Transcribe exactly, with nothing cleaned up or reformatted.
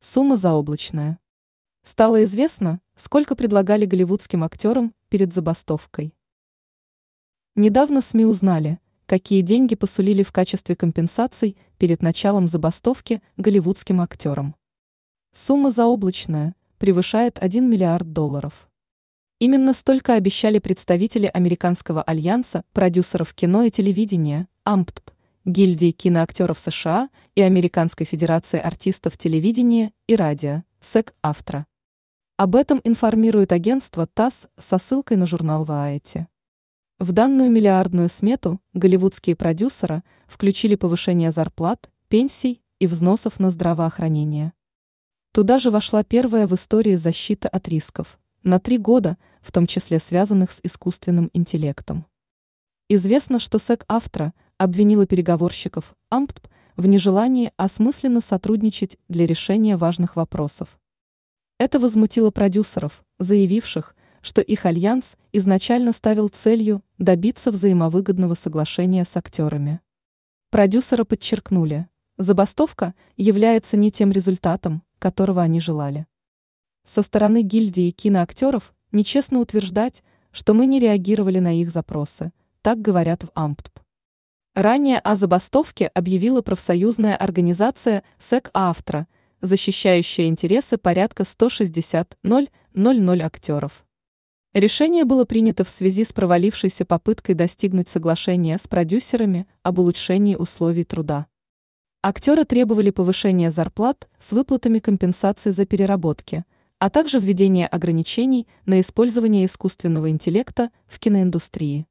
Сумма заоблачная. Стало известно, сколько предлагали голливудским актерам перед забастовкой. Недавно СМИ узнали, какие деньги посулили в качестве компенсаций перед началом забастовки голливудским актерам. Сумма заоблачная, превышает один миллиард долларов. Именно столько обещали представители Американского альянса продюсеров кино и телевидения, эй эм пэ тэ пэ, гильдии киноактеров США и Американской федерации артистов телевидения и радио, сэк-автра. Об этом информирует агентство ТАСС со ссылкой на журнал Variety. В данную миллиардную смету голливудские продюсеры включили повышение зарплат, пенсий и взносов на здравоохранение. Туда же вошла первая в истории защита от рисков, на три года, в том числе связанных с искусственным интеллектом. Известно, что сэк-автра обвинила переговорщиков эй эм пэ тэ пэ в нежелании осмысленно сотрудничать для решения важных вопросов. Это возмутило продюсеров, заявивших, что их альянс изначально ставил целью добиться взаимовыгодного соглашения с актерами. Продюсеры подчеркнули, забастовка является не тем результатом, которого они желали. Со стороны гильдии киноактеров нечестно утверждать, что мы не реагировали на их запросы, так говорят в эй эм пэ тэ пэ. Ранее о забастовке объявила профсоюзная организация сэк-автра, защищающая интересы порядка сто шестьдесят тысяч актеров. Решение было принято в связи с провалившейся попыткой достигнуть соглашения с продюсерами об улучшении условий труда. Актеры требовали повышения зарплат с выплатами компенсаций за переработки, а также введения ограничений на использование искусственного интеллекта в киноиндустрии.